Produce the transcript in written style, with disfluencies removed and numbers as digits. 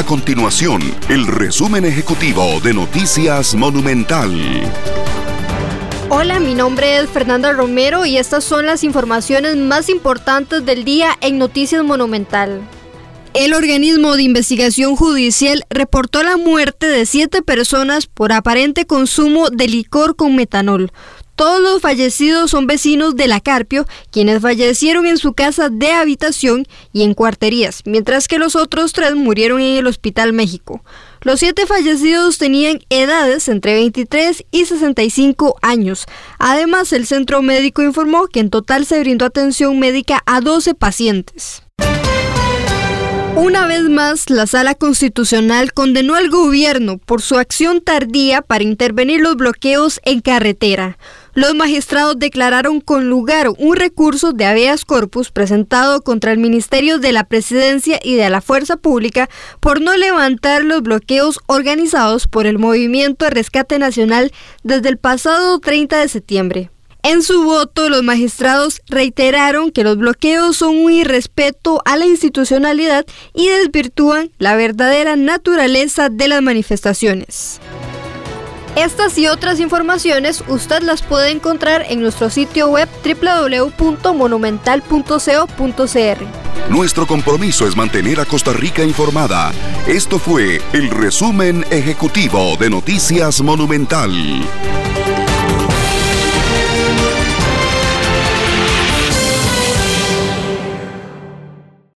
continuación, el resumen ejecutivo de Noticias Monumental. Hola, mi nombre es Fernanda Romero y estas son las informaciones más importantes del día en Noticias Monumental. El organismo de investigación judicial reportó la muerte de 7 personas por aparente consumo de licor con metanol. Todos los fallecidos son vecinos de La Carpio, quienes fallecieron en su casa de habitación y en cuarterías, mientras que los otros 3 murieron en el Hospital México. Los 7 fallecidos tenían edades entre 23 y 65 años. Además, el centro médico informó que en total se brindó atención médica a 12 pacientes. Una vez más, la Sala Constitucional condenó al gobierno por su acción tardía para intervenir los bloqueos en carretera. Los magistrados declararon con lugar un recurso de habeas corpus presentado contra el Ministerio de la Presidencia y de la Fuerza Pública por no levantar los bloqueos organizados por el Movimiento de Rescate Nacional desde el pasado 30 de septiembre. En su voto, los magistrados reiteraron que los bloqueos son un irrespeto a la institucionalidad y desvirtúan la verdadera naturaleza de las manifestaciones. Estas y otras informaciones usted las puede encontrar en nuestro sitio web www.monumental.co.cr. Nuestro compromiso es mantener a Costa Rica informada. Esto fue el resumen ejecutivo de Noticias Monumental.